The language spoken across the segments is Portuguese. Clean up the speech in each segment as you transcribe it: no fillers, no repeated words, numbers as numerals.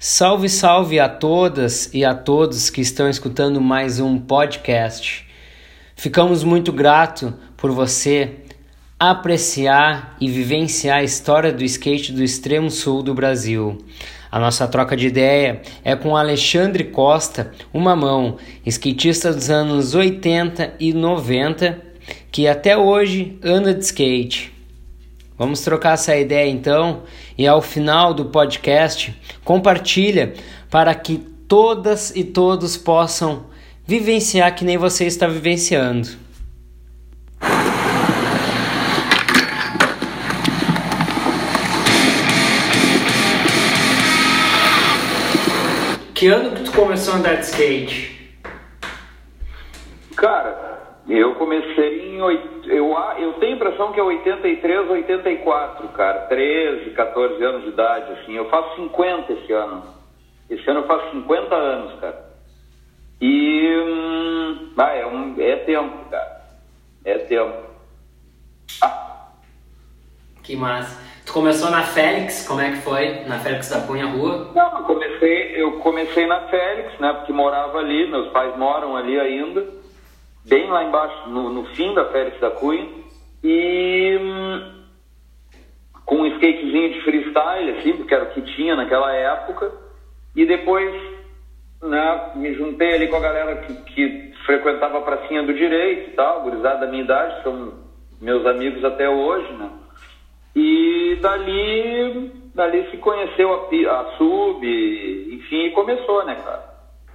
Salve, salve a todas e a todos que estão escutando mais um podcast. Ficamos muito gratos por você apreciar e vivenciar a história do skate do extremo sul do Brasil. A nossa troca de ideia é com Alexandre Costa, o Mamão, skatista dos anos 80 e 90, que até hoje anda de skate. Vamos trocar essa ideia então e ao final do podcast compartilha para que todas e todos possam vivenciar que nem você está vivenciando. Que ano que tu começou a andar de skate? Cara, eu comecei em... Eu tenho a impressão que é 83, 84, cara. 13, 14 anos de idade, assim. Eu faço 50 esse ano. Esse ano eu faço 50 anos, cara. E... é tempo, cara. É tempo. Que massa. Tu começou na Félix, como é que foi? Na Félix da Cunha Rua? Não, eu comecei na Félix, né? Porque morava ali, meus pais moram ali ainda. Bem lá embaixo, no fim da Félix da Cunha. E com um skatezinho de freestyle, assim, porque era o que tinha naquela época. E depois, né, me juntei ali com a galera que frequentava a pracinha do direito e tal, gurizada da minha idade, são meus amigos até hoje, né? E dali se conheceu a Sub, enfim, e começou, né, cara?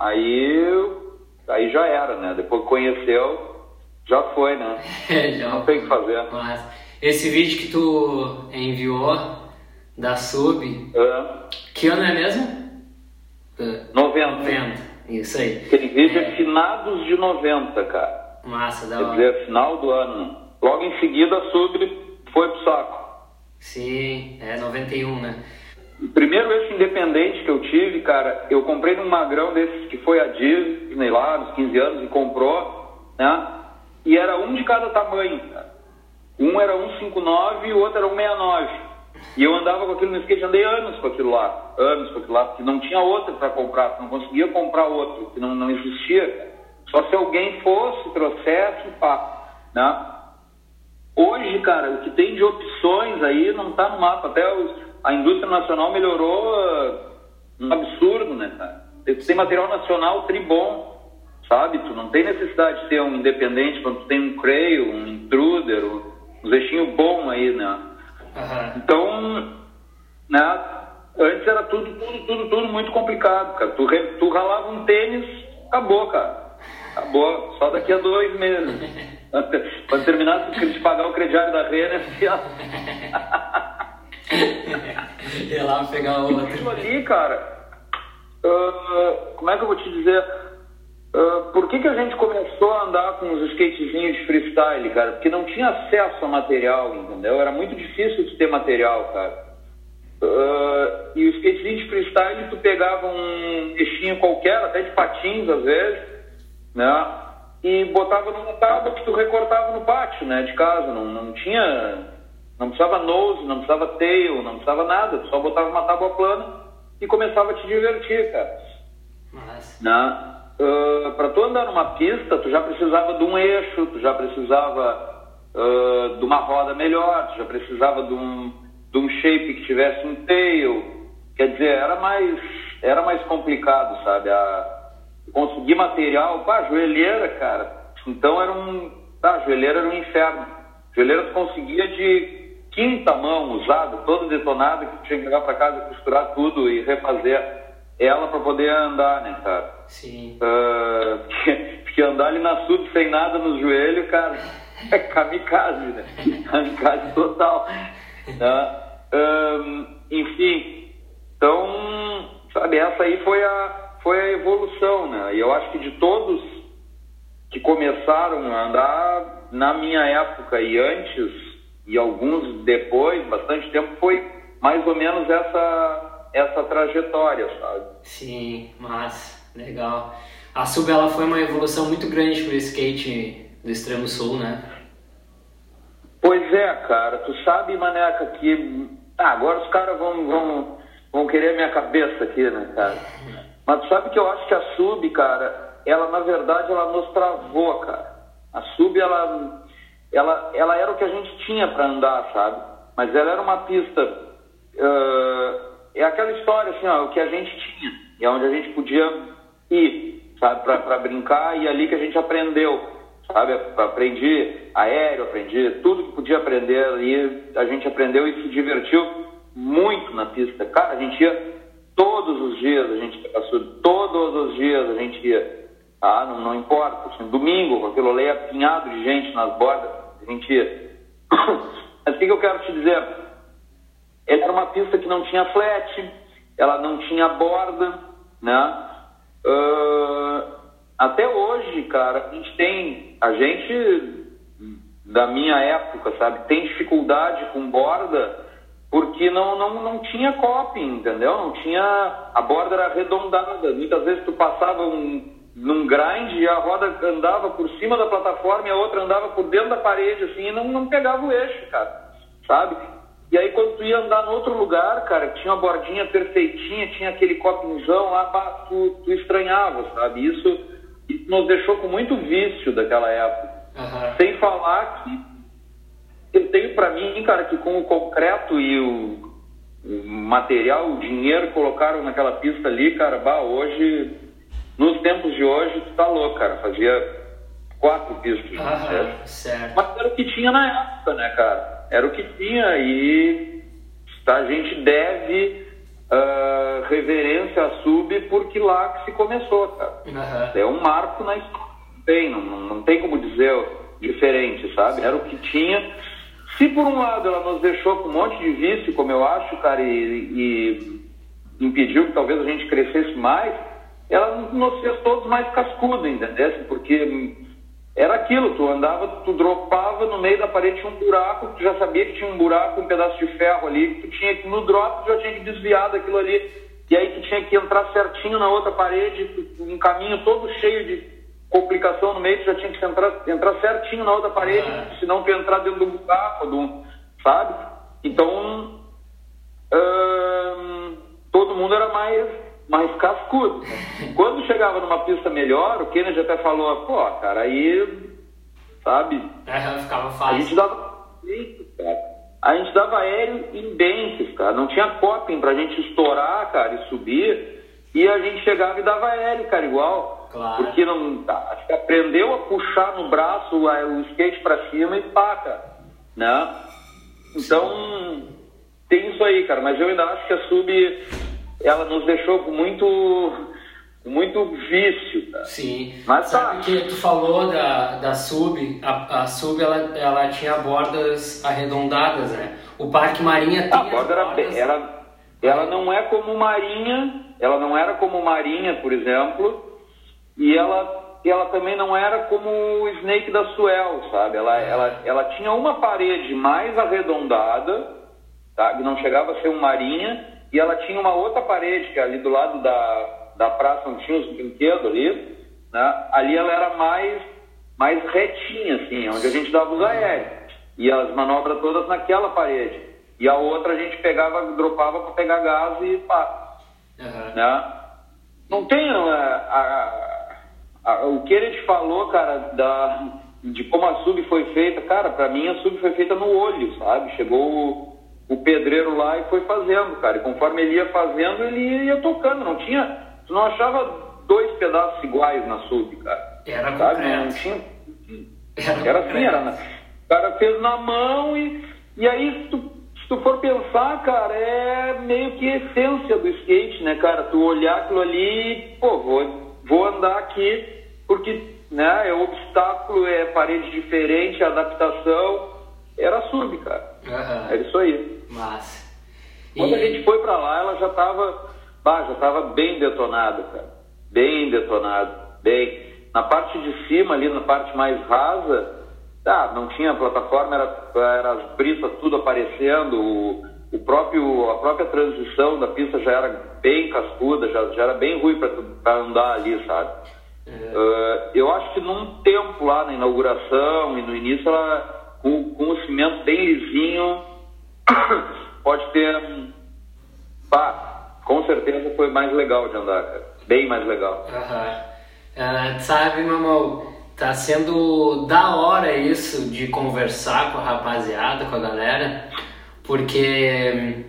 Aí já era, né? Depois que conheceu, já foi, né? Já não tem o que fazer. Mas esse vídeo que tu enviou da Sub, que ano é mesmo? 90. Isso aí. Aquele vídeo é finados de 90, cara. Massa, da hora. Quer dizer, final do ano. Logo em seguida a Sub foi pro saco. Sim, é 91, né? O primeiro eixo independente que eu tive, cara, eu comprei num magrão desses que foi a Disney lá, nos 15 anos, e comprou, né? E era um de cada tamanho, cara. Um era 1,59 e o outro era 1,69. E eu andava com aquilo no skate, andei anos com aquilo lá, porque não tinha outro para comprar, não conseguia comprar outro, que não existia, cara. Só se alguém fosse, trouxesse, pá, né? Hoje, cara, o que tem de opções aí não tá no mapa. Até a indústria nacional melhorou um absurdo, né, cara? Tem material nacional tribom, sabe? Tu não tem necessidade de ter um independente quando tu tem um Creio, um Intruder, um eixinho bom aí, né? Uhum. Então, né, antes era tudo muito complicado, cara. Tu ralava um tênis, acabou, cara. Acabou, só daqui a 2 meses. Quando terminasse de pagar o crediário da Renner, ia lá pegar o outro. Aquilo ali, cara, como é que eu vou te dizer? Por que a gente começou a andar com os skatezinhos de freestyle, cara? Porque não tinha acesso a material, entendeu? Era muito difícil de ter material, cara. E o skatezinho de freestyle, tu pegava um eixinho qualquer, até de patins às vezes, né? E botava numa tábua que tu recortava no pátio, né, de casa. Não precisava nose, não precisava tail, não precisava nada. Tu só botava uma tábua plana e começava a te divertir, cara. Nossa. Né? Pra tu andar numa pista, tu já precisava de um eixo, tu já precisava de uma roda melhor, tu já precisava de um shape que tivesse um tail. Quer dizer, era mais complicado, sabe? Conseguir material, joelheira, cara, então joelheira era um inferno. Joelheira tu conseguia de quinta mão, usada, toda detonada, que tu tinha que levar pra casa, costurar tudo e refazer ela pra poder andar, né, cara? Sim. Porque andar ali na Sub sem nada no joelho, cara, é kamikaze, né? Kamikaze total. Né? Enfim, então, sabe, essa aí foi a evolução, né? E eu acho que de todos que começaram a andar na minha época e antes, e alguns depois, bastante tempo, foi mais ou menos essa trajetória, sabe? Sim, massa, legal. A Sub, ela foi uma evolução muito grande pro skate do extremo sul, né? Pois é, cara, tu sabe, Maneca, que agora os caras vão vão querer a minha cabeça aqui, né, cara? Mas tu sabe que eu acho que a sub, cara, ela na verdade ela nos travou, cara. A sub, ela era o que a gente tinha para andar, sabe? Mas ela era uma pista, é aquela história assim, ó, o que a gente tinha, e é onde a gente podia ir, sabe, para brincar, e ali que a gente aprendeu, sabe? Aprendi aéreo, aprendi tudo que podia aprender ali, a gente aprendeu e se divertiu muito na pista. Cara, a gente ia todos os dias, a gente ia pra sub, todos os dias a gente ia. Ah, não importa, assim, domingo, com aquilo ali apinhado de gente nas bordas, a gente ia. Mas o que eu quero te dizer? Ela era uma pista que não tinha flat, ela não tinha borda, né? Até hoje, cara, a gente da minha época, sabe, tem dificuldade com borda porque não tinha coping, entendeu? Não tinha, a borda era arredondada, muitas vezes tu passava num grind e a roda andava por cima da plataforma e a outra andava por dentro da parede, assim, e não pegava o eixo, cara, sabe? E aí quando tu ia andar no outro lugar, cara, tinha uma bordinha perfeitinha, tinha aquele copinzão lá, tu estranhava, sabe? Isso nos deixou com muito vício daquela época. Uhum. Sem falar que eu tenho pra mim, cara, que com o concreto e o material, o dinheiro que colocaram naquela pista ali, cara, hoje, nos tempos de hoje, tu tá louco, cara, fazia 4 pistas. Certo. Mas era o que tinha na época, né, cara? Era o que tinha e a gente deve reverência à sub porque lá que se começou, cara. É um marco na história, não tem como dizer diferente, sabe? Era o que tinha. Se por um lado ela nos deixou com um monte de vício, como eu acho, cara, e impediu que talvez a gente crescesse mais, ela nos fez todos mais cascudos, entendeu? Porque era aquilo, tu andava, tu dropava, no meio da parede tinha um buraco, tu já sabia que tinha um buraco, um pedaço de ferro ali, que tu tinha que, no drop, tu já tinha que desviar daquilo ali, e aí tu tinha que entrar certinho na outra parede, um caminho todo cheio de complicação no meio, tu já tinha que entrar certinho na outra parede, senão tu ia entrar dentro do buraco, sabe? Então, todo mundo era mais cascudo. Quando chegava numa pista melhor, o Kennedy até falou, pô, cara, aí, sabe? Ficava fácil. A gente dava aéreo em banks, cara. Não tinha coping pra gente estourar, cara, e subir. E a gente chegava e dava aéreo, cara, igual. Claro. Porque acho que aprendeu a puxar no braço o skate pra cima e pá, cara, né? Então, tem isso aí, cara. Mas eu ainda acho que a sub, ela nos deixou com muito vício, cara. Sim. Mas sabe que tu falou da sub, a sub ela tinha bordas arredondadas, né? O Parque Marinha tem a borda ela não é como Marinha, ela não era como Marinha, por exemplo, e ela também não era como o Snake da Swell, sabe? Ela tinha uma parede mais arredondada, tá? Que não chegava a ser um Marinha, e ela tinha uma outra parede, que é ali do lado da praça onde tinha os brinquedos ali, né? Ali ela era mais retinha, assim, onde a gente dava os aéreos. E as manobras todas naquela parede. E a outra a gente dropava para pegar gás e pá. Né? Não tem... o que ele te falou, cara, de como a sub foi feita, cara, pra mim a sub foi feita no olho, sabe? Chegou o pedreiro lá e foi fazendo, cara. E conforme ele ia fazendo, ele ia tocando. Tu não achava 2 pedaços iguais na sub, cara. Era sabe? Não tinha. Era assim, o cara fez na mão e aí se tu for pensar, cara, é meio que a essência do skate, né, cara? Tu olhar aquilo ali e, pô, vou andar aqui porque, né, é obstáculo, é parede diferente, adaptação. Era sub, cara. Era isso aí. Massa. Quando a gente foi pra lá, ela já tava bem detonada, cara. Bem detonada. Bem. Na parte de cima, ali na parte mais rasa, não tinha plataforma, era as brisas tudo aparecendo, a própria transição da pista já era bem cascuda, já era bem ruim para andar ali, sabe? Eu acho que num tempo lá na inauguração e no início, ela, com o cimento bem lisinho, pode ter com certeza foi mais legal de andar, cara. Bem mais legal. Sabe, mamão, tá sendo da hora isso de conversar com a rapaziada, com a galera, porque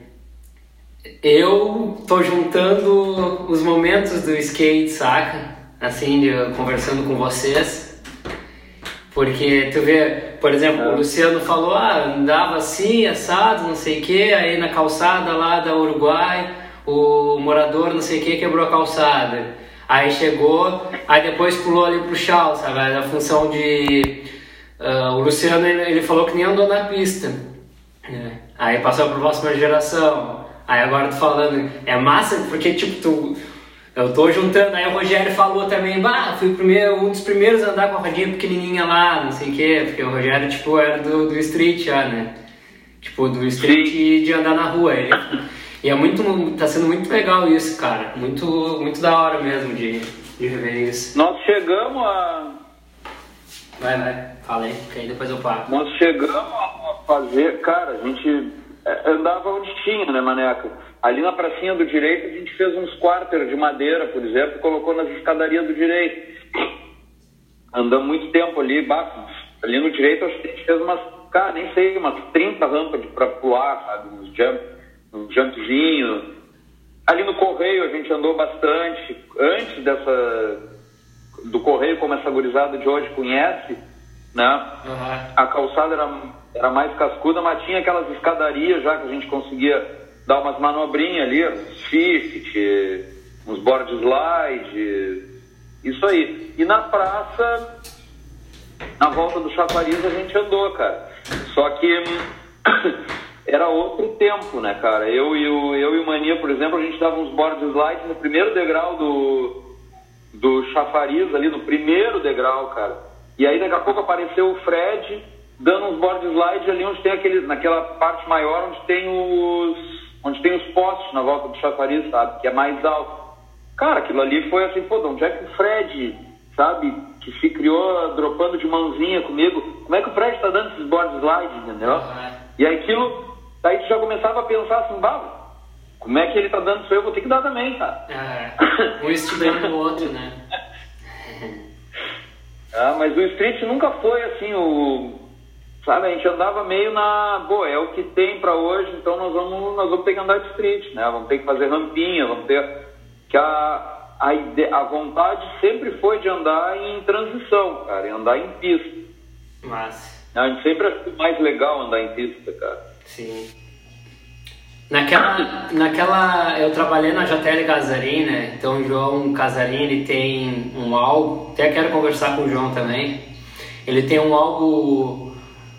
eu tô juntando os momentos do skate, saca? Assim, conversando com vocês. Porque tu vê, por exemplo, o Luciano falou, andava assim, assado, não sei o que, aí na calçada lá da Uruguai, o morador não sei o que quebrou a calçada. Aí chegou, aí depois pulou ali pro chão, sabe? A função de... o Luciano, ele falou que nem andou na pista, né? Aí passou pra próxima geração. Aí agora tô falando, é massa porque tipo, eu tô juntando, aí o Rogério falou também, fui um dos primeiros a andar com a rodinha pequenininha lá, não sei o que, porque o Rogério tipo era do street já, né? Tipo, do street de andar na rua. E tá sendo muito legal isso, cara, muito, muito da hora mesmo de rever isso. Nós chegamos a... Vai, fala aí, que aí depois eu paro. Nós chegamos a fazer, cara, a gente andava onde tinha, né, Maneca? Ali na pracinha do direito a gente fez uns quarters de madeira, por exemplo, e colocou nas escadarias do direito. Andamos muito tempo ali, ali no direito acho que a gente fez umas 30 rampas pra pular, sabe, uns jumpzinhos. Ali no Correio a gente andou bastante, antes do Correio, como essa gurizada de hoje conhece, né? A calçada era mais cascuda, mas tinha aquelas escadarias já que a gente conseguia dar umas manobrinhas ali, uns shift, uns board slide, isso aí. E na praça, na volta do Chafariz, a gente andou, cara. Só que era outro tempo, né, cara? Eu e o Mania, por exemplo, a gente dava uns board slide no primeiro degrau do Chafariz, ali no primeiro degrau, cara. E aí daqui a pouco apareceu o Fred dando uns board slide ali onde tem naquela parte maior onde tem os postes na volta do Chafariz, sabe? Que é mais alto. Cara, aquilo ali foi assim, de onde é que o Fred, sabe, que se criou dropando de mãozinha comigo, como é que o Fred tá dando esses board slide, entendeu? E aí daí tu já começava a pensar assim, como é que ele tá dando isso aí, eu vou ter que dar também, cara. Um estimando o outro, né? Mas o street nunca foi assim, sabe, a gente andava meio é o que tem pra hoje, então nós vamos ter que andar de street, né? Vamos ter que fazer rampinha, vamos ter que a vontade sempre foi de andar em transição, cara, e andar em pista. Massa. A gente sempre achou mais legal andar em pista, cara. Sim. Eu trabalhei na JL Casarim, né? Então o João Casarim, ele tem um álbum, até quero conversar com o João também. Ele tem um álbum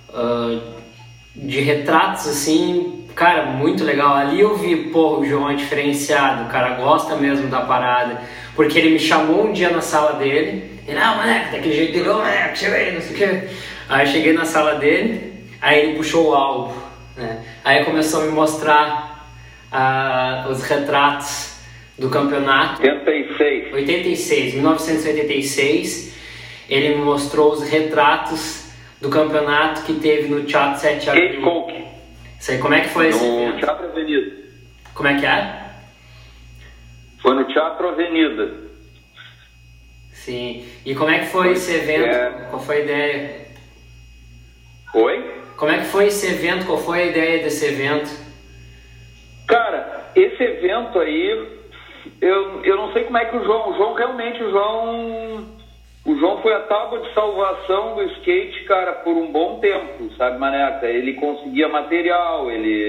de retratos, assim, cara, muito legal. Ali eu vi, o João é diferenciado, o cara gosta mesmo da parada. Porque ele me chamou um dia na sala dele, ele, moleque, daquele jeito dele, moleque, chega aí, não sei o quê. Aí eu cheguei na sala dele, aí ele puxou o álbum, né? Aí começou a me mostrar os retratos do campeonato. 1986. Ele me mostrou os retratos do campeonato que teve no Teatro 7 de Abril. Sei, como é que foi esse evento? No Teatro Avenida. Como é que é? Foi no Teatro Avenida. Sim. E como é que foi esse evento? Qual foi a ideia? Oi? Como é que foi esse evento? Qual foi a ideia desse evento? Cara, esse evento aí, eu não sei como é que o João foi a tábua de salvação do skate, cara, por um bom tempo, sabe, Maneca? Ele conseguia material,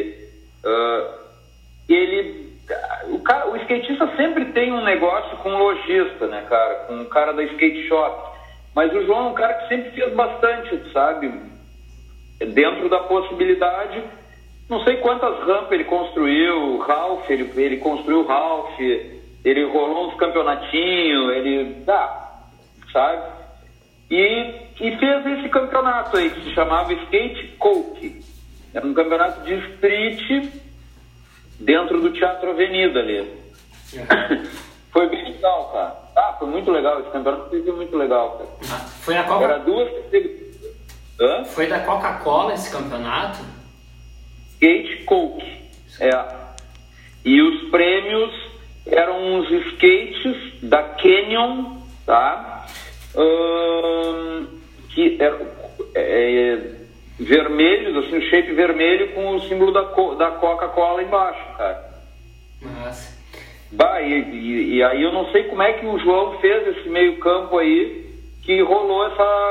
o skatista sempre tem um negócio com lojista, né, cara? Com o cara da skate shop. Mas o João é um cara que sempre fez bastante, sabe? Dentro da possibilidade, não sei quantas rampas ele construiu, o Ralph, ele construiu o Ralph, ele rolou uns campeonatinhos, sabe? E fez esse campeonato aí, que se chamava Skate Coke. Era um campeonato de street dentro do Teatro Avenida ali. Foi bem legal, cara. Foi muito legal esse campeonato, foi muito legal, cara. Foi a Coca... Era duas... Foi da Coca-Cola esse campeonato? Skate Coke. E os prêmios eram uns skates da Canyon, tá? Que eram vermelhos, assim, o shape vermelho com o símbolo da Coca-Cola embaixo, cara. Nossa. Bah, e aí eu não sei como é que o João fez esse meio campo aí que rolou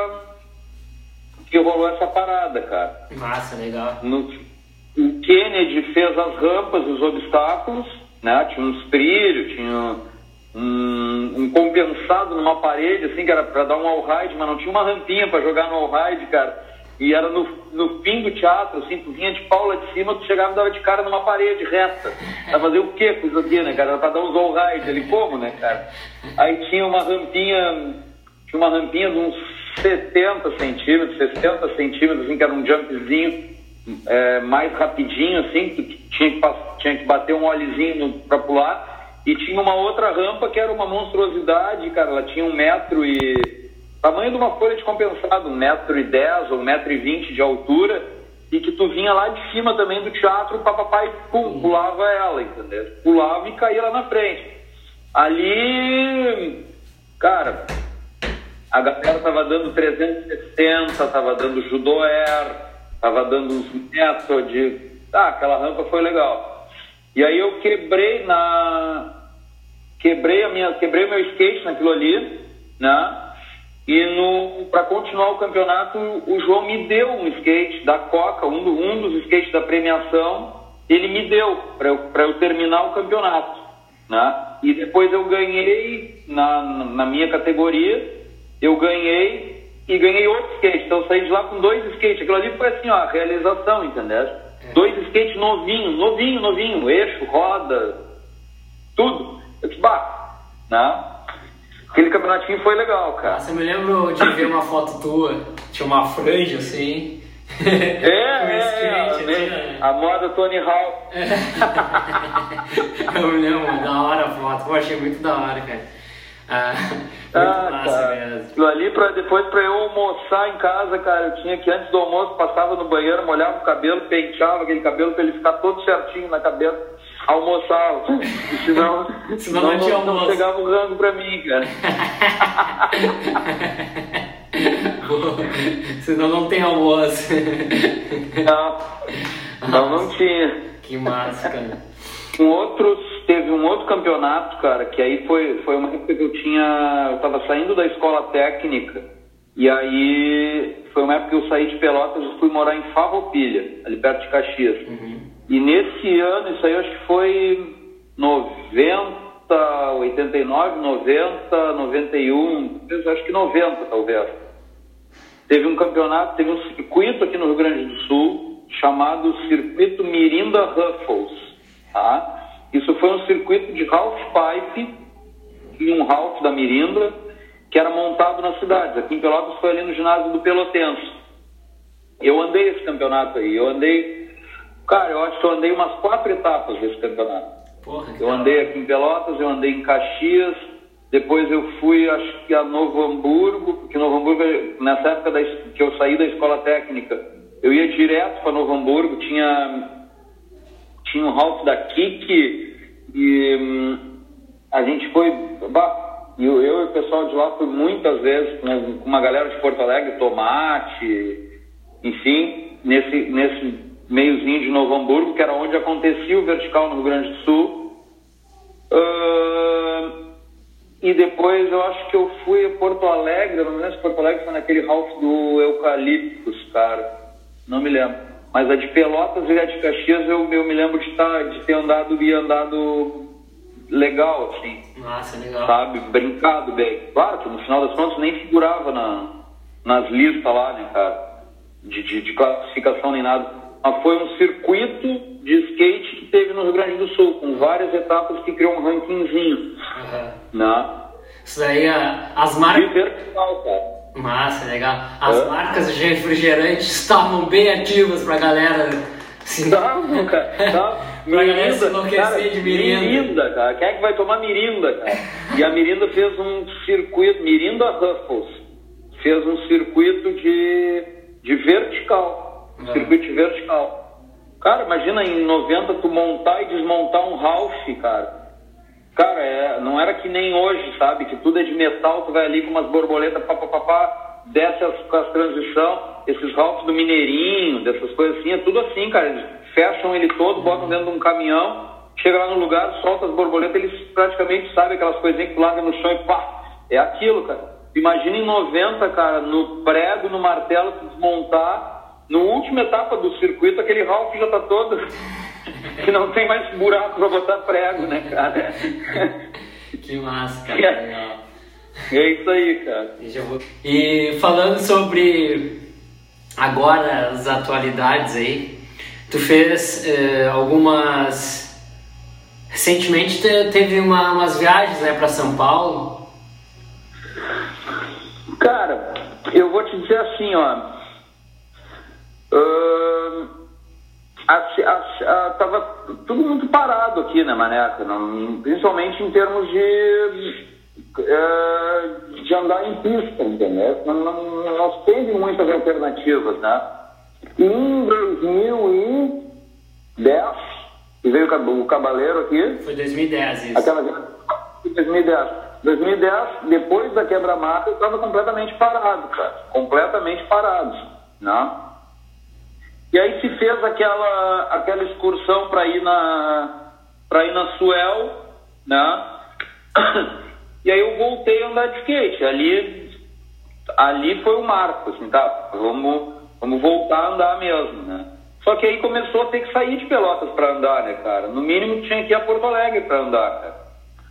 essa parada, cara. Massa, legal. O Kennedy fez as rampas e os obstáculos, né? Tinha uns trilhos, tinha um compensado numa parede, assim, que era pra dar um all-ride, mas não tinha uma rampinha pra jogar no all-ride, cara. E era no fim do teatro, assim, tu vinha de pau lá de cima, tu chegava e dava de cara numa parede reta. Pra fazer o quê com isso aqui, né, cara? Era pra dar uns all-ride ali, como, né, cara? Aí tinha uma rampinha de uns 70 centímetros, 60 centímetros, assim, que era um jumpzinho mais rapidinho, assim, que tinha que bater um olezinho pra pular. E tinha uma outra rampa que era uma monstruosidade, cara. Ela tinha 1 metro e... tamanho de uma folha de compensado, 1,10 m ou 1,20 m de altura, e que tu vinha lá de cima também do teatro, o papai pulava ela, entendeu? Pulava e caía lá na frente. Ali, cara, a galera tava dando 360, tava dando judô air, tava dando uns métodos, aquela rampa foi legal. E aí eu quebrei meu skate naquilo ali, né? E para continuar o campeonato, o João me deu um skate da Coca, um dos skates da premiação, ele me deu para eu terminar o campeonato, né? E depois eu ganhei na minha categoria, eu ganhei outro skate. Então eu saí de lá com 2 skates. Aquilo ali foi assim, ó, a realização, entendeu? 2 skates novinho, eixo, roda, tudo. Eu disse, né? Aquele campeonatinho foi legal, cara. Nossa, eu me lembro de ver uma foto tua, tinha uma franja assim. A moda Tony Hawk. Eu me lembro, da hora a foto, eu achei muito da hora, cara. Muito massa mesmo. Aquilo ali, depois pra eu almoçar em casa, cara, eu tinha que, antes do almoço, passava no banheiro, molhava o cabelo, penteava aquele cabelo pra ele ficar todo certinho na cabeça. Almoçava, senão não tinha almoço. Não chegava o rango pra mim, cara. Senão não tem almoço. Não tinha. Que massa, cara. Teve um outro campeonato, cara, que aí foi uma época que eu tava saindo da escola técnica, e aí foi uma época que eu saí de Pelotas e fui morar em Farroupilha, ali perto de Caxias. Uhum. E nesse ano, isso aí eu acho que foi 90, 89, 90, 91, acho que 90 talvez. Teve um campeonato, teve um circuito aqui no Rio Grande do Sul, chamado Circuito Mirinda Ruffles, tá? Isso foi um circuito de halfpipe e um half da Mirinda, que era montado nas cidades. Aqui em Pelotas foi ali no ginásio do Pelotense. Eu andei esse campeonato aí, cara, eu acho que eu andei umas 4 etapas desse campeonato. Porra, eu andei aqui em Pelotas, eu andei em Caxias, depois eu fui, acho que a Novo Hamburgo, porque Novo Hamburgo, nessa época que eu saí da escola técnica, eu ia direto para Novo Hamburgo, tinha um half da Kik, e a gente foi, eu e o pessoal de lá fui muitas vezes com uma galera de Porto Alegre, Tomate, enfim, nesse meiozinho de Novo Hamburgo, que era onde acontecia o vertical no Rio Grande do Sul. E depois eu acho que eu fui a Porto Alegre, eu não me lembro se Porto Alegre foi naquele half do Eucaliptus, cara, não me lembro. Mas a de Pelotas e a de Caxias eu me lembro de ter andado legal, assim. Nossa, legal. Sabe, brincado bem. Claro que no final das contas nem figurava nas listas lá, né, cara, de classificação nem nada. Mas foi um circuito de skate que teve no Rio Grande do Sul, com várias etapas que criou um rankingzinho. Né? Isso daí, as marcas... De vertical, cara. Massa, legal. As marcas de refrigerante estavam bem ativas pra galera. Estavam, cara. Mirinda, enlouquecer de Mirinda. Mirinda, cara. Quem é que vai tomar Mirinda, cara? E a Mirinda fez um circuito, Mirinda Ruffles, fez um circuito de vertical. Circuito vertical. Cara, imagina em 90 tu montar e desmontar um Ralph, cara. Cara, não era que nem hoje, sabe? Que tudo é de metal, tu vai ali com umas borboletas, papapá, desce com as transição, esses Ralphs do Mineirinho, dessas coisas assim, é tudo assim, cara. Eles fecham ele todo, botam dentro de um caminhão, chega lá no lugar, solta as borboletas, eles praticamente sabem aquelas coisinhas que tu larga no chão e pá, é aquilo, cara. Imagina em 90, cara, no prego, no martelo, tu desmontar, no última etapa do circuito, aquele Ralph já tá todo... que não tem mais buraco pra botar prego, né, cara? Que massa, cara. Legal. É isso aí, cara. E falando sobre agora as atualidades aí, tu fez algumas... Recentemente teve umas viagens, né, pra São Paulo. Cara, eu vou te dizer assim, ó. Tava tudo muito parado aqui, né, Maneca? Principalmente em termos de andar em pista, entendeu? Nós teve muitas alternativas, né? E em 2010, que veio o Cabaleiro aqui... Foi 2010 isso. Aquela 2010, depois da quebra-mata, eu estava completamente parado, cara. Completamente parado, né? E aí se fez aquela excursão para ir na Suel, né? E aí eu voltei a andar de skate. Ali foi o marco, assim, tá? Vamos voltar a andar mesmo, né? Só que aí começou a ter que sair de Pelotas para andar, né, cara? No mínimo tinha que ir a Porto Alegre para andar, cara.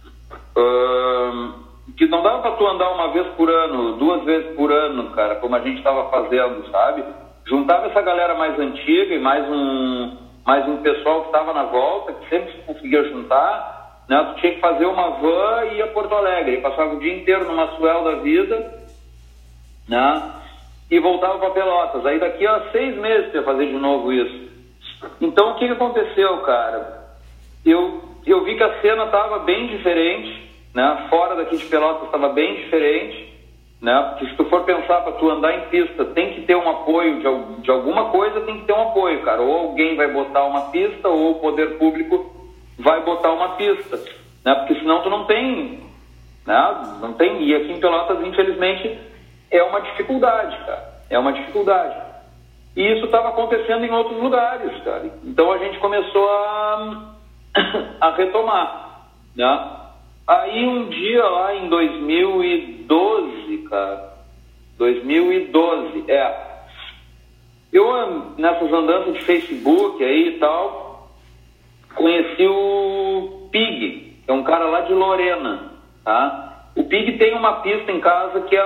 Que não dava para tu andar uma vez por ano, 2 vezes por ano, cara, como a gente estava fazendo, sabe? Juntava essa galera mais antiga e mais um pessoal que estava na volta, que sempre se conseguia juntar, né? Tu tinha que fazer uma van e ir a Porto Alegre. E passava o dia inteiro numa Suel da vida, né? E voltava para Pelotas. Aí daqui a 6 meses tu ia fazer de novo isso. Então o que aconteceu, cara? Eu vi que a cena estava bem diferente, né? Fora daqui de Pelotas estava bem diferente. Né? Porque se tu for pensar para tu andar em pista, tem que ter um apoio de alguma coisa, tem que ter um apoio, cara. Ou alguém vai botar uma pista, ou o poder público vai botar uma pista, né? Porque senão tu não tem, né? Não tem. E aqui em Pelotas, infelizmente, é uma dificuldade, cara. É uma dificuldade. E isso estava acontecendo em outros lugares, cara. Então a gente começou a retomar, né? Aí um dia lá em 2012, cara, 2012, eu nessas andanças de Facebook aí e tal, conheci o Pig, que é um cara lá de Lorena, tá? O Pig tem uma pista em casa que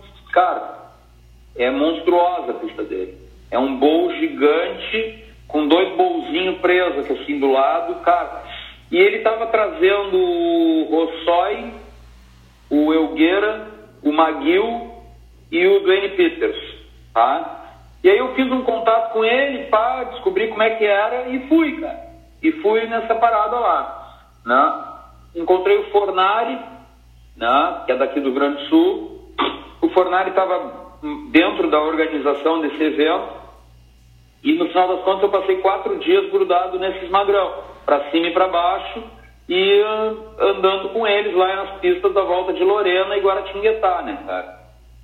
é monstruosa a pista dele. É um bowl gigante com 2 bowlzinhos presos aqui assim do lado, cara. E ele estava trazendo o Rossói, o Elgueira, o Maguil e o Dwayne Peters, tá? E aí eu fiz um contato com ele, pá, descobri como é que era e fui, cara. E fui nessa parada lá, né? Encontrei o Fornari, né? Que é daqui do Rio Grande do Sul. O Fornari estava dentro da organização desse evento. E no final das contas eu passei 4 dias grudado nesses magrão, para cima e para baixo, e andando com eles lá nas pistas da volta de Lorena e Guaratinguetá, né, cara?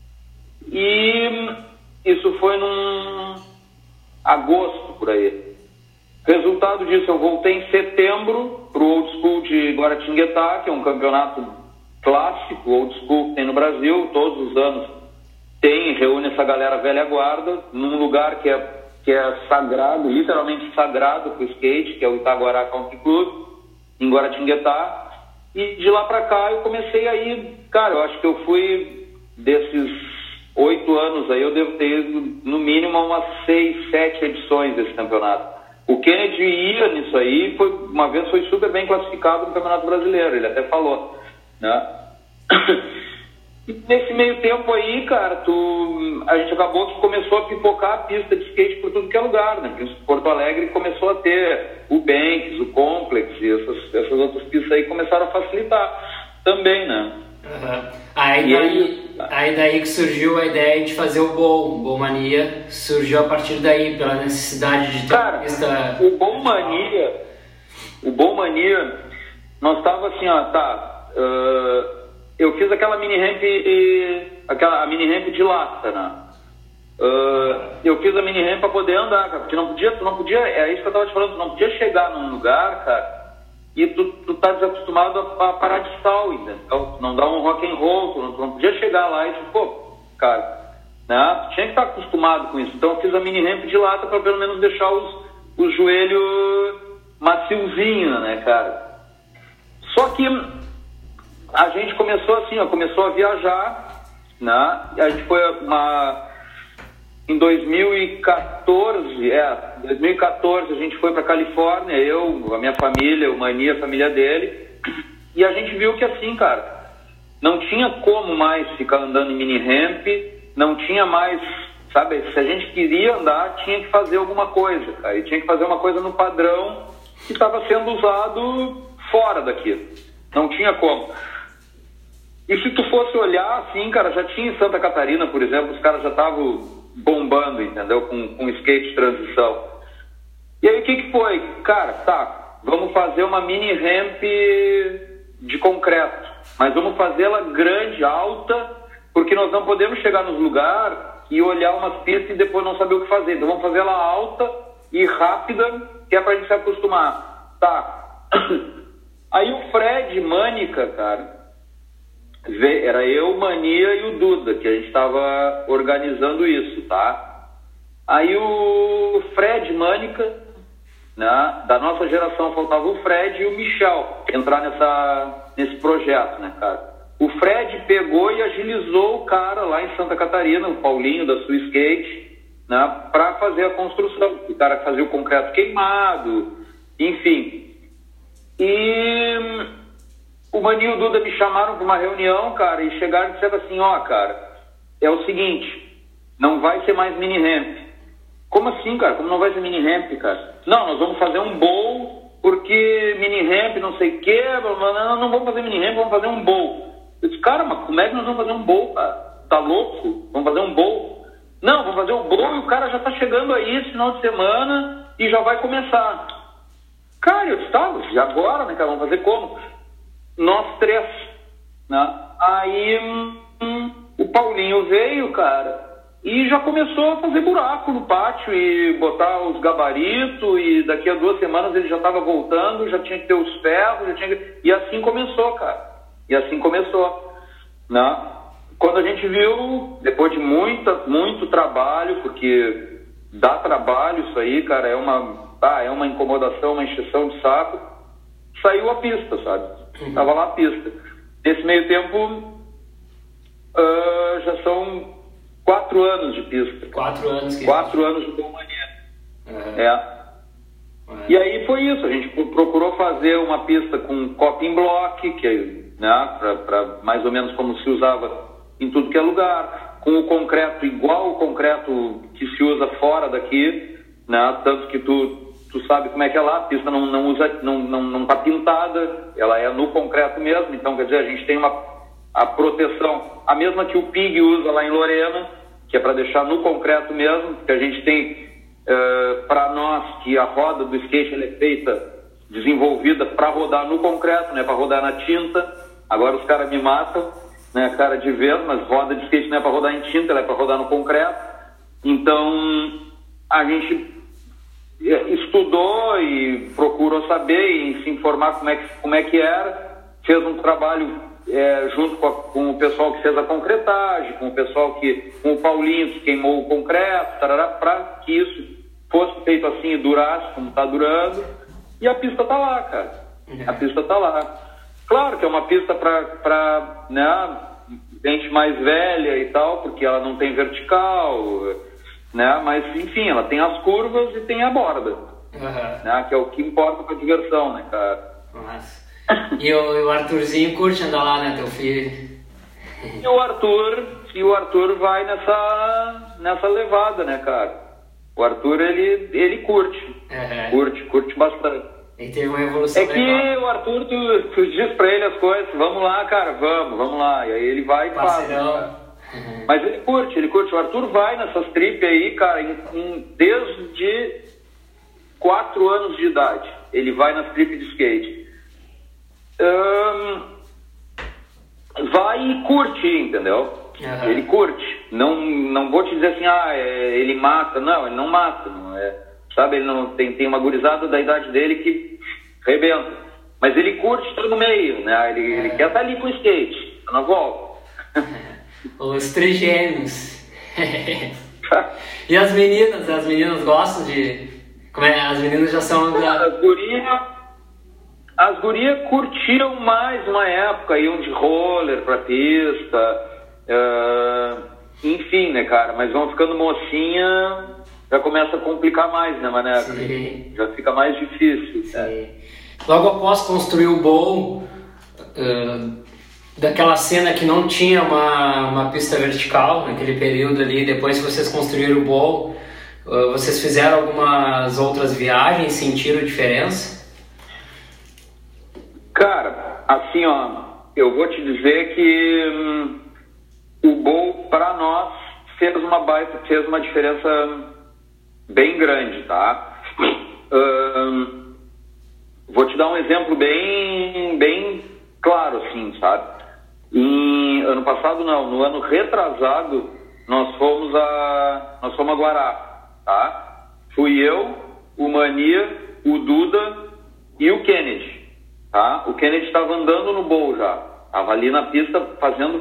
E isso foi num agosto, por aí. Resultado disso, eu voltei em setembro pro Old School de Guaratinguetá, que é um campeonato clássico, Old School que tem no Brasil, todos os anos reúne essa galera velha guarda, num lugar que é sagrado, literalmente sagrado para o skate, que é o Itaguará Country Club, em Guaratinguetá. E de lá para cá eu comecei a ir, cara, eu acho que eu fui desses 8 anos aí, eu devo ter ido no mínimo umas 6, 7 edições desse campeonato. O Kennedy ia nisso aí, uma vez foi super bem classificado no Campeonato Brasileiro, ele até falou, né? E nesse meio tempo aí, cara, a gente acabou que começou a pipocar a pista de skate por tudo que é lugar, né? Porque Porto Alegre começou a ter o Banks, o Complex e essas outras pistas aí começaram a facilitar também, né? Uhum. Aí daí que surgiu a ideia de fazer o Bowl Mania, surgiu a partir daí, pela necessidade de ter Cara, o Bowl Mania, nós tava assim, eu fiz aquela mini ramp de lata, né? Eu fiz a mini ramp para poder andar, cara, porque tu não podia, é isso que eu tava te falando, tu não podia chegar num lugar, cara, e tu tá desacostumado a parar de sal, entendeu? Não dá um rock and roll, tu não podia chegar lá e cara, né? Tu tinha que estar acostumado com isso. Então eu fiz a mini ramp de lata para pelo menos deixar os joelhos maciozinhos, né, cara? Só que a gente começou assim, começou a viajar, né? A gente foi em 2014 a gente foi para Califórnia, eu, a minha família, o Mania, a família dele, e a gente viu que assim, cara, não tinha como mais ficar andando em mini ramp, não tinha mais, sabe, se a gente queria andar, tinha que fazer alguma coisa, cara, e tinha que fazer uma coisa no padrão que estava sendo usado fora daqui, não tinha como. E se tu fosse olhar, assim, cara, já tinha em Santa Catarina, por exemplo, os caras já estavam bombando, entendeu? Com skate de transição. E aí o que foi? Cara, vamos fazer uma mini ramp de concreto, mas vamos fazê-la grande, alta, porque nós não podemos chegar nos lugares e olhar umas pistas e depois não saber o que fazer. Então vamos fazer ela alta e rápida, que é pra gente se acostumar. Aí o Fred Mânica, cara, era eu, Mania e o Duda, que a gente estava organizando isso, tá? Aí o Fred Mânica, né, da nossa geração, faltava o Fred e o Michel entrar nesse projeto, né, cara? O Fred pegou e agilizou o cara lá em Santa Catarina, o Paulinho da Sua Skate, né, para fazer a construção. O cara fazia o concreto queimado, enfim. E o Mania e o Duda me chamaram para uma reunião, cara, e chegaram e disseram assim, cara, é o seguinte, não vai ser mais mini ramp. Como assim, cara? Como não vai ser mini ramp, cara? Não, nós vamos fazer um bowl, porque mini ramp não sei o quê, não vamos fazer mini ramp, vamos fazer um bowl. Eu disse, cara, mas como é que nós vamos fazer um bowl, cara? Tá louco? Vamos fazer um bowl? Não, vamos fazer o bowl e o cara já tá chegando aí esse final de semana e já vai começar. Cara, eu disse, e agora, né, cara, vamos fazer como? Nós três, né? Aí o Paulinho veio, cara, e já começou a fazer buraco no pátio e botar os gabaritos, e daqui a 2 semanas ele já estava voltando, já tinha que ter os ferros, e assim começou, cara. E assim começou, né? Quando a gente viu, depois de muito trabalho, porque dá trabalho isso aí, cara, é uma incomodação, uma encheção de saco, saiu a pista, sabe? Tava lá a pista. Nesse meio tempo, já são 4 anos de pista. 4 anos que 4 anos de Bowl Mania. E aí foi isso. A gente procurou fazer uma pista com coping block, que, né, para mais ou menos como se usava em tudo que é lugar, com o concreto igual o concreto que se usa fora daqui, né? Tanto que tu sabe como é que é lá, a pista não tá pintada, ela é no concreto mesmo, então quer dizer, a gente tem a proteção, a mesma que o PIG usa lá em Lorena, que é para deixar no concreto mesmo, que a gente tem para nós que a roda do skate ela é feita, desenvolvida para rodar no concreto, né, para rodar na tinta. Agora os caras me matam, né, cara de vento, mas roda de skate não é para rodar em tinta, ela é para rodar no concreto. Então a gente estudou e procurou saber e se informar como é que era, fez um trabalho junto com o pessoal que fez a concretagem, com o Paulinho que queimou o concreto, para que isso fosse feito assim e durasse como está durando, e a pista tá lá, cara. A pista tá lá. Claro que é uma pista para, né, gente mais velha e tal, porque ela não tem vertical, né? Mas enfim, ela tem as curvas e tem a borda, né? Que é o que importa pra diversão, né, cara? Nossa. E o Arthurzinho curte andar lá, né, teu filho? E o Arthur vai nessa levada, né, cara? O Arthur, ele curte, curte bastante. Aí teve uma evolução legal. Que o Arthur, tu diz pra ele as coisas, vamos lá, cara, vamos lá. E aí ele vai e faz. Mas ele curte. O Arthur vai nessas tripes aí, cara, desde 4 anos de idade. Ele vai nas tripes de skate. Vai e curte, entendeu? Uhum. Ele curte. Não vou te dizer assim, ele mata. Não, ele não mata. Não é, sabe, ele não tem uma gurizada da idade dele que rebenta. Mas ele curte, tá no meio, né? Ele quer estar ali com o skate, tá na volta. Os trigêmeos. E as meninas gostam de... Como é? As meninas já são... As gurias curtiam mais uma época, iam de roller pra pista, enfim, né, cara? Mas vão ficando mocinha, já começa a complicar mais, né, Maneco? Sim. Já fica mais difícil. Sim. Né? Logo após construir o bowl, daquela cena que não tinha uma pista vertical, naquele período ali, depois que vocês construíram o bowl, vocês fizeram algumas outras viagens, sentiram diferença? Cara, assim, eu vou te dizer que o bowl, para nós, fez uma diferença bem grande, tá? Vou te dar um exemplo bem claro, assim, sabe? Ano passado, não, no ano retrasado, nós fomos a Guará, tá? Fui eu, o Mania, o Duda e o Kennedy. Tá? O Kennedy estava andando no bowl já, estava ali na pista fazendo.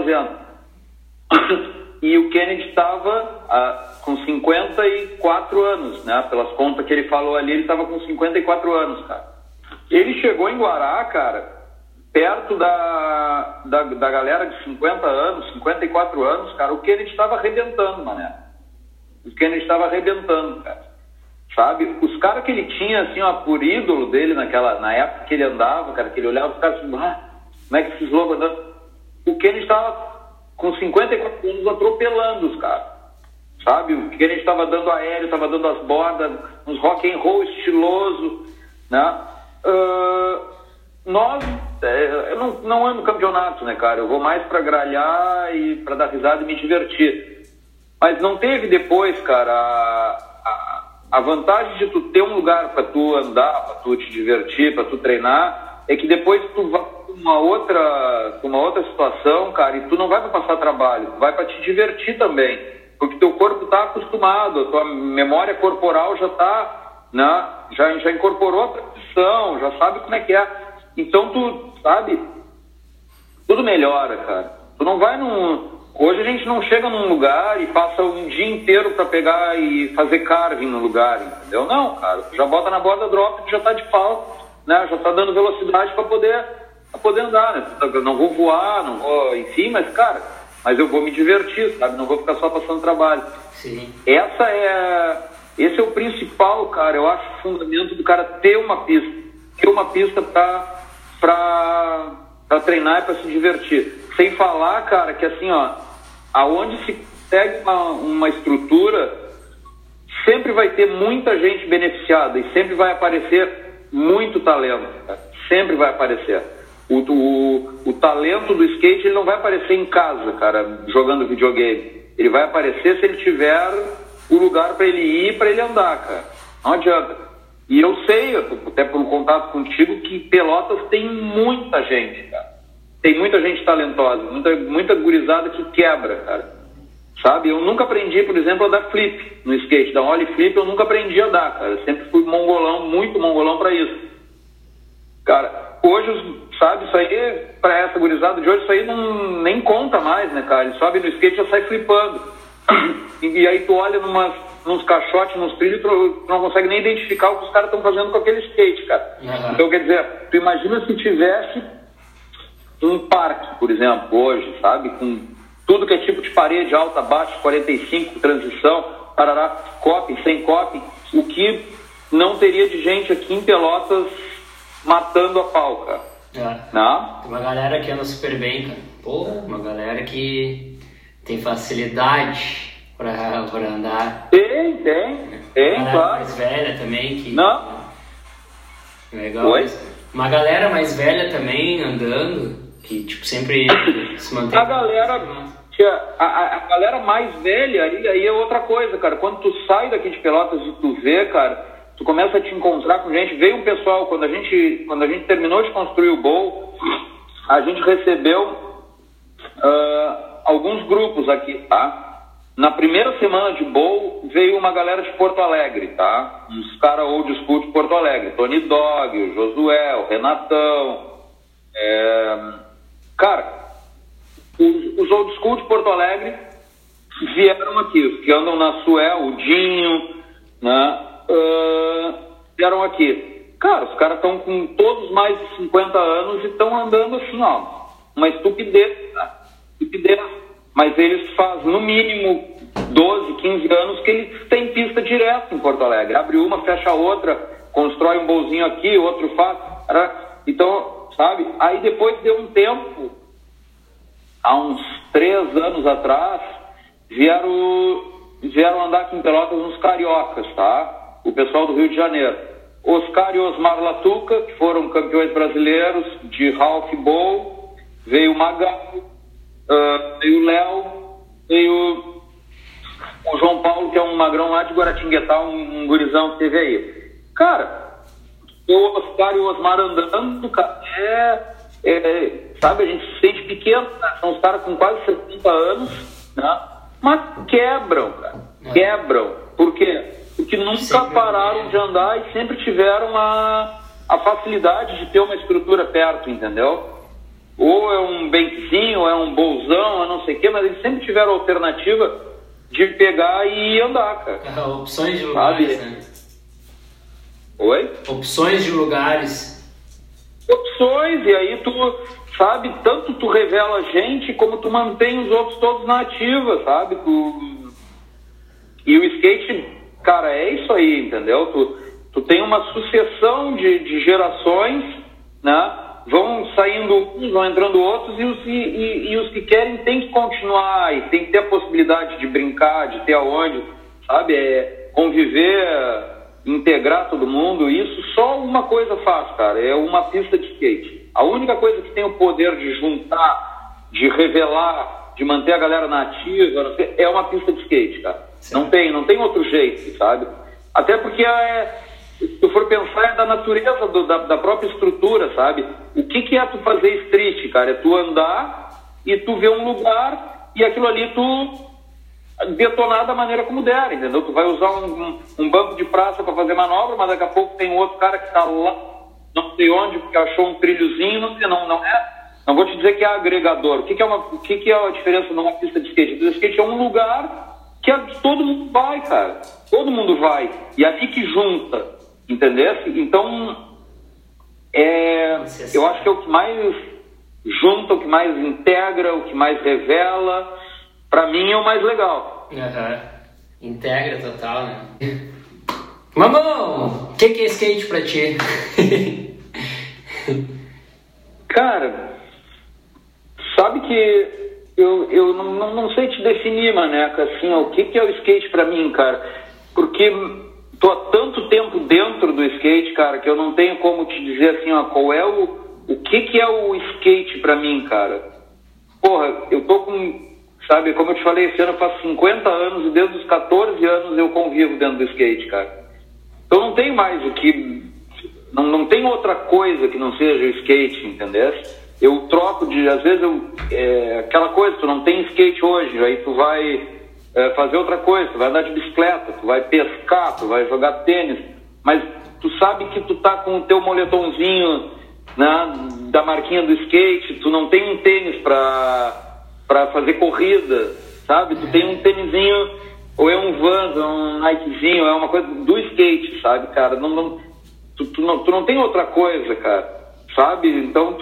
E o Kennedy estava com 54 anos, né? Pelas contas que ele falou ali, ele estava com 54 anos, cara. Ele chegou em Guará, cara, perto da galera de 50 anos, 54 anos, cara. O Kennedy estava arrebentando, mané. O Kennedy estava arrebentando, cara. Sabe? Os caras que ele tinha, assim, por ídolo dele na época que ele andava, cara, que ele olhava os caras assim, como é que esses loucos andam? O Kennedy estava com 54 anos atropelando os caras, sabe? O Kennedy estava dando aéreo, estava dando as bordas, uns rock and roll estiloso, né? Eu não ando campeonato, né, cara? Eu vou mais pra gralhar e pra dar risada e me divertir. Mas não teve depois, cara, a vantagem de tu ter um lugar para tu andar, para tu te divertir, para tu treinar, é que depois tu vai para uma outra situação, cara, e tu não vai para passar trabalho, tu vai para te divertir também, porque teu corpo tá acostumado, a tua memória corporal já tá, né, já incorporou a posição, já sabe como é que é. Então tu, sabe, tudo melhora, cara. Tu não vai Hoje a gente não chega num lugar e passa um dia inteiro pra pegar e fazer carving no lugar, entendeu? Não, cara, tu já bota na borda drop, tu já tá de pau, né? Já tá dando velocidade pra poder andar, né? Eu não vou voar, não vou, enfim, mas, cara, eu vou me divertir, sabe? Não vou ficar só passando trabalho. Sim. Esse é o principal, cara, eu acho o fundamento do cara ter uma pista pra treinar e pra se divertir. Sem falar, cara, que assim, aonde se segue uma estrutura, sempre vai ter muita gente beneficiada e sempre vai aparecer muito talento, cara. Sempre vai aparecer. O talento do skate, ele não vai aparecer em casa, cara, jogando videogame. Ele vai aparecer se ele tiver o lugar para ele ir, para ele andar, cara. Não adianta. E eu sei, até por contato contigo, que Pelotas tem muita gente, cara. Tem muita gente talentosa, muita gurizada que quebra, cara. Sabe? Eu nunca aprendi, por exemplo, a dar flip no skate. Dar ollie flip eu nunca aprendi a dar, cara. Eu sempre fui muito mongolão pra isso. Cara, hoje, sabe, isso aí, pra essa gurizada de hoje, isso aí nem conta mais, né, cara? Ele sobe no skate e já sai flipando. E aí tu olha nos caixotes, nos trilhos, tu não consegue nem identificar o que os caras estão fazendo com aquele skate, cara. Uhum. Então, quer dizer, tu imagina se tivesse um parque, por exemplo, hoje, sabe, com tudo que é tipo de parede, alta, baixa, 45, transição, parará, coping, sem coping, o que não teria de gente aqui em Pelotas matando a pau, cara. Não? Tem uma galera que anda super bem, cara. Pô, uma galera que tem facilidade pra andar. Tem, claro. Mais velha também, que... Não. Legal. Oi? Uma galera mais velha também andando, que tipo sempre se mantém. A galera mais velha, aí é outra coisa, cara. Quando tu sai daqui de Pelotas e tu vê, cara, tu começa a te encontrar com gente. Veio um pessoal, quando a gente terminou de construir o bowl, a gente recebeu alguns grupos aqui, tá? Na primeira semana de bowl, veio uma galera de Porto Alegre, tá? Uns caras old school de Porto Alegre. Tony Dog, o Josué, o Renatão. Cara, os old school de Porto Alegre vieram aqui. Os que andam na Suel, o Dinho, né? Vieram aqui. Cara, os caras estão com todos mais de 50 anos e estão andando assim, ó. Uma estupidez, tá? Estupidez. Mas eles fazem, no mínimo, 12, 15 anos que eles têm pista direto em Porto Alegre. Abre uma, fecha a outra, constrói um bolzinho aqui, outro faz. Então, sabe? Aí depois deu um tempo, há uns 3 anos atrás, vieram andar aqui em Pelotas uns cariocas, tá? O pessoal do Rio de Janeiro. Oscar e Osmar Latuca, que foram campeões brasileiros de Ralph Bowl, veio o Magal, veio o Léo, veio o João Paulo, que é um magrão lá de Guaratinguetá, um gurizão que teve aí. Cara, o Oscar e o Osmar andando, cara, sabe, a gente se sente pequeno, né? São os caras com quase 70 anos, né? Mas quebram, cara, quebram. Por quê? Porque nunca pararam de andar e sempre tiveram a facilidade de ter uma estrutura perto, entendeu? Ou é um Benzinho, ou é um bolzão, ou não sei o quê, mas eles sempre tiveram a alternativa de pegar e andar, cara. Opções de lugares, sabe? Né? Oi? Opções de lugares. Opções, e aí tu, sabe, tanto tu revela a gente, como tu mantém os outros todos na ativa, sabe? E o skate, cara, é isso aí, entendeu? Tu tem uma sucessão de gerações, né? Vão saindo uns, vão entrando outros, e os que querem tem que continuar, e tem que ter a possibilidade de brincar, de ter aonde, sabe? Conviver, integrar todo mundo. Isso só uma coisa faz, cara, é uma pista de skate. A única coisa que tem o poder de juntar, de revelar, de manter a galera na ativa, é uma pista de skate, cara. Não tem outro jeito, sabe? Até porque se tu for pensar, é da natureza da própria estrutura, sabe? O que é tu fazer street, cara? É tu andar e tu ver um lugar e aquilo ali tu detonar da maneira como der, entendeu? Tu vai usar um banco de praça para fazer manobra, mas daqui a pouco tem outro cara que tá lá, não sei onde, porque achou um trilhozinho, não vou te dizer que é agregador. O que é a diferença numa pista de skate? A pista de skate é um lugar que todo mundo vai, cara. Todo mundo vai. E ali que junta, entendeu? Então, eu acho que é o que mais junta, o que mais integra, o que mais revela. Pra mim é o mais legal. Integra total, né? Mamão, o que é skate pra ti? Cara, sabe que eu não sei te definir, Maneca, assim, o que é o skate pra mim, cara? Porque tô há tanto tempo dentro do skate, cara, que eu não tenho como te dizer assim, ó, qual é o que é o skate pra mim, cara. Porra, eu tô com, sabe, como eu te falei, esse ano faz 50 anos e desde os 14 anos eu convivo dentro do skate, cara. Então não tem mais o que, não tem outra coisa que não seja o skate, entendeu? Eu troco às vezes aquela coisa, tu não tem skate hoje, aí tu vai fazer outra coisa, tu vai andar de bicicleta, tu vai pescar, tu vai jogar tênis, mas tu sabe que tu tá com o teu moletomzinho, né, da marquinha do skate, tu não tem um tênis pra fazer corrida, sabe? Tu tem um tênisinho, ou é um Vans, um Nikezinho, é uma coisa do skate, sabe, cara? Tu não tem outra coisa, cara, sabe? Então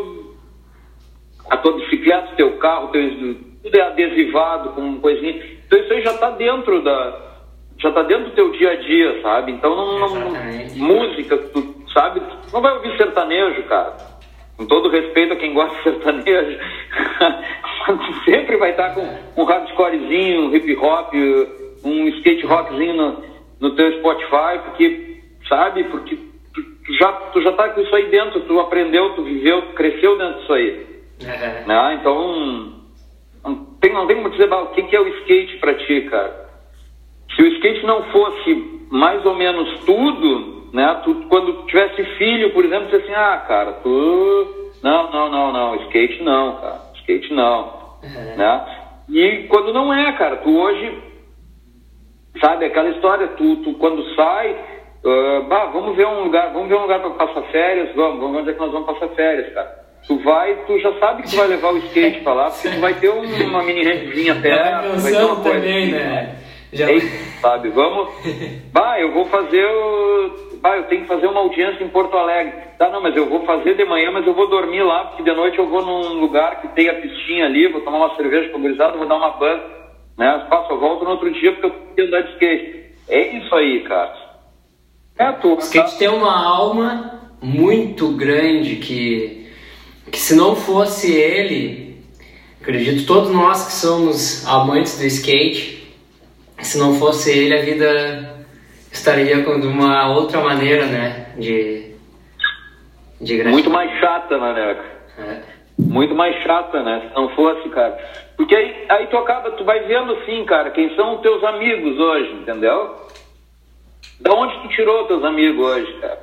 a tua bicicleta, o teu carro, tudo é adesivado com coisinha. Então isso aí já tá dentro do teu dia a dia, sabe? Então música, tu sabe, tu não vai ouvir sertanejo, cara. Com todo respeito a quem gosta de sertanejo, sempre vai estar com um hardcorezinho, um hip hop, um skate rockzinho no teu Spotify, porque tu já tá com isso aí dentro, tu aprendeu, tu viveu, tu cresceu dentro disso aí. Né? Então, não tem como dizer, o que é o skate pra ti, cara? Se o skate não fosse mais ou menos tudo, né? Tu, quando tivesse filho, por exemplo, tu disse assim, cara, tu... Não, skate não, cara, skate não. Né? E quando não é, cara, tu hoje, sabe, aquela história, tu quando sai, vamos ver um lugar pra passar férias, vamos ver onde é que nós vamos passar férias, cara. Tu já sabe que tu vai levar o skate pra lá, porque tu vai ter uma mini rentezinha perto, vai ter uma coisa também, né? Sabe, vamos... eu vou fazer eu tenho que fazer uma audiência em Porto Alegre. Não, mas eu vou fazer de manhã, mas eu vou dormir lá, porque de noite eu vou num lugar que tem a pistinha ali, vou tomar uma cerveja com a gurizada, vou dar uma banca, né? Eu volto no outro dia porque eu tenho que andar de skate. É isso aí, cara. O skate tem uma alma muito grande que se não fosse ele, acredito todos nós que somos amantes do skate, se não fosse ele a vida estaria de uma outra maneira, né, de muito mais chata, né? Muito mais chata, né, se não fosse, cara. Porque aí tu vai vendo assim, cara, quem são os teus amigos hoje, entendeu? Da onde tu tirou teus amigos hoje, cara?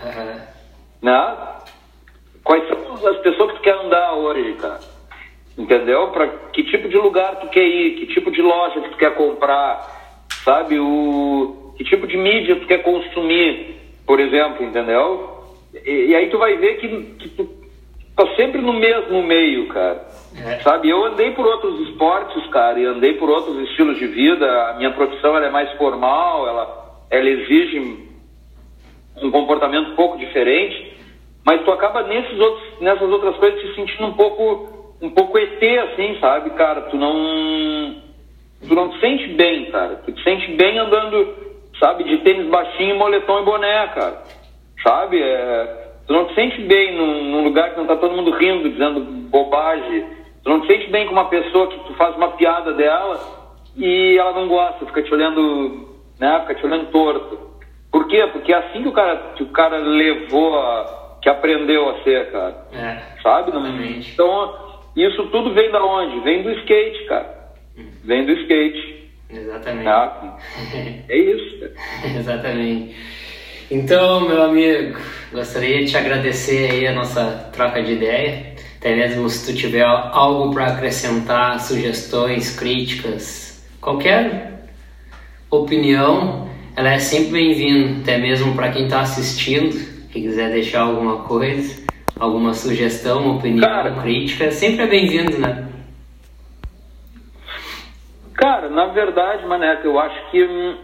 Né? Quais são as pessoas que tu quer andar hoje, cara? Entendeu? Pra que tipo de lugar tu quer ir? Que tipo de loja que tu quer comprar? Sabe? Que tipo de mídia tu quer consumir, por exemplo, entendeu? E aí tu vai ver que tu tá sempre no mesmo meio, cara. Sabe? Eu andei por outros esportes, cara, e andei por outros estilos de vida. A minha profissão ela é mais formal, ela exige um comportamento um pouco diferente, mas tu acaba nessas outras coisas te sentindo um pouco ET, assim, sabe, cara? Tu não te sente bem, cara. Tu te sente bem andando, sabe, de tênis baixinho, moletom e boné, cara. Sabe? Tu não te sente bem num lugar que não tá todo mundo rindo, dizendo bobagem. Tu não te sente bem com uma pessoa que tu faz uma piada dela e ela não gosta, fica te olhando, né? Fica te olhando torto. Por quê? Porque é assim que o cara levou que aprendeu a ser, cara. Sabe? Exatamente. Então, isso tudo vem da onde? Vem do skate, cara. Vem do skate. Exatamente. É isso, cara. Exatamente. Então, meu amigo, gostaria de te agradecer aí a nossa troca de ideia. Até mesmo se tu tiver algo para acrescentar, sugestões, críticas, qualquer opinião, ela é sempre bem-vinda, até mesmo para quem está assistindo, que quiser deixar alguma coisa, alguma sugestão, uma opinião, crítica, sempre é bem-vindo, né? Cara, na verdade, Maneca, eu acho que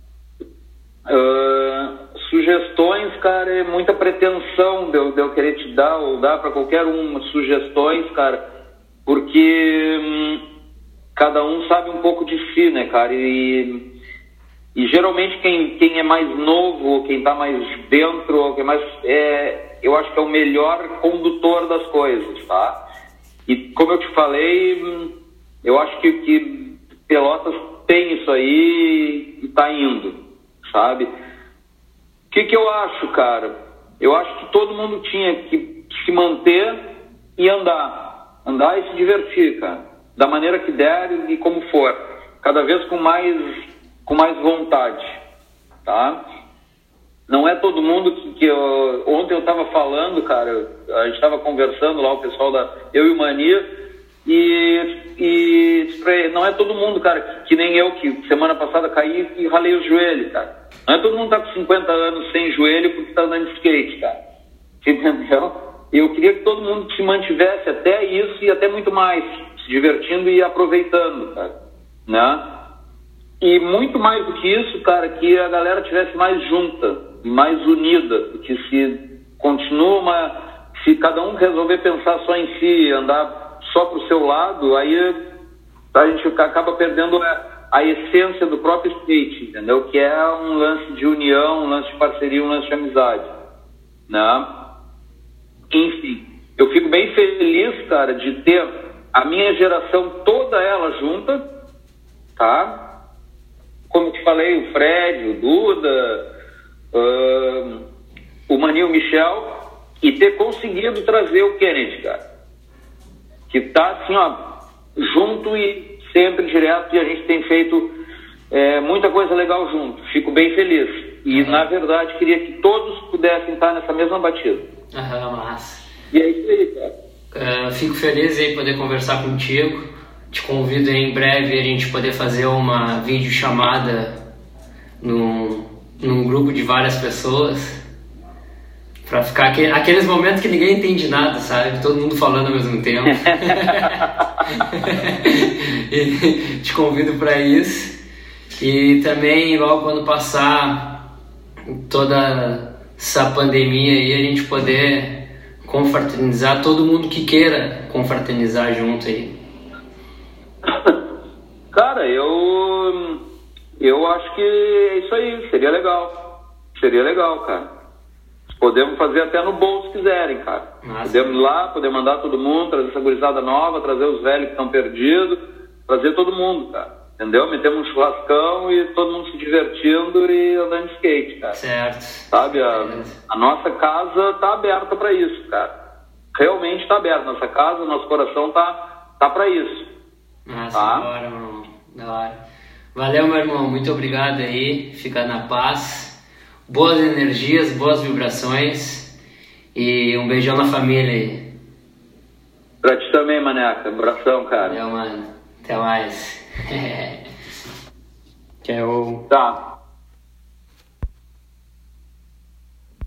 sugestões, cara, é muita pretensão de eu querer te dar ou dar para qualquer um sugestões, cara, porque cada um sabe um pouco de si, né, cara, e geralmente quem é mais novo, ou quem tá mais dentro, ou quem mais eu acho que é o melhor condutor das coisas, tá? E como eu te falei, eu acho que Pelotas tem isso aí e tá indo, sabe? O que eu acho, cara? Eu acho que todo mundo tinha que se manter e andar e se divertir, cara, da maneira que der e como for, cada vez com mais vontade, tá? Não é todo mundo ontem eu tava falando, cara, a gente tava conversando lá, o pessoal eu e o Mania, e não é todo mundo, cara, que nem eu, que semana passada caí e ralei o joelho, cara. Não é todo mundo que tá com 50 anos sem joelho porque tá andando de skate, cara. Entendeu? Eu queria que todo mundo se mantivesse até isso e até muito mais, se divertindo e aproveitando, cara, né? E muito mais do que isso, cara, que a galera tivesse mais junta, mais unida, porque se cada um resolver pensar só em si, andar só pro seu lado, aí a gente acaba perdendo a essência do próprio skate, entendeu? Que é um lance de união, um lance de parceria, um lance de amizade, né? Enfim, eu fico bem feliz, cara, de ter a minha geração toda ela junta, tá? Como eu te falei, o Fred, o Duda, o Maninho Michel e ter conseguido trazer o Kennedy, cara. Que tá assim, ó, junto e sempre direto, e a gente tem feito muita coisa legal junto. Fico bem feliz. E, na verdade, queria que todos pudessem estar nessa mesma batida. Massa. E é isso aí, cara. Fico feliz em poder conversar contigo. Te convido em breve a gente poder fazer uma videochamada num grupo de várias pessoas. Pra ficar aqueles momentos que ninguém entende nada, sabe? Todo mundo falando ao mesmo tempo. E te convido para isso. E também, logo quando passar toda essa pandemia aí, a gente poder confraternizar, todo mundo que queira confraternizar junto aí. Cara, eu acho que é isso aí. Seria legal, cara. Podemos fazer até no bolso se quiserem, cara. Nossa. Podemos ir lá, poder mandar todo mundo, trazer essa gurizada nova, trazer os velhos que estão perdidos, trazer todo mundo, cara. Entendeu? Metemos um churrascão e todo mundo se divertindo e andando de skate, cara. Certo. Sabe? A nossa casa tá aberta pra isso, cara. Realmente tá aberta. Nossa casa, nosso coração tá pra isso. Nossa, tá? Da hora, irmão. Da hora. Valeu, meu irmão. Muito obrigado aí. Fica na paz. Boas energias, boas vibrações e um beijão na família aí. Pra ti também, maneca. Abração, cara. Valeu, mano. Até mais. Que é o... Tá.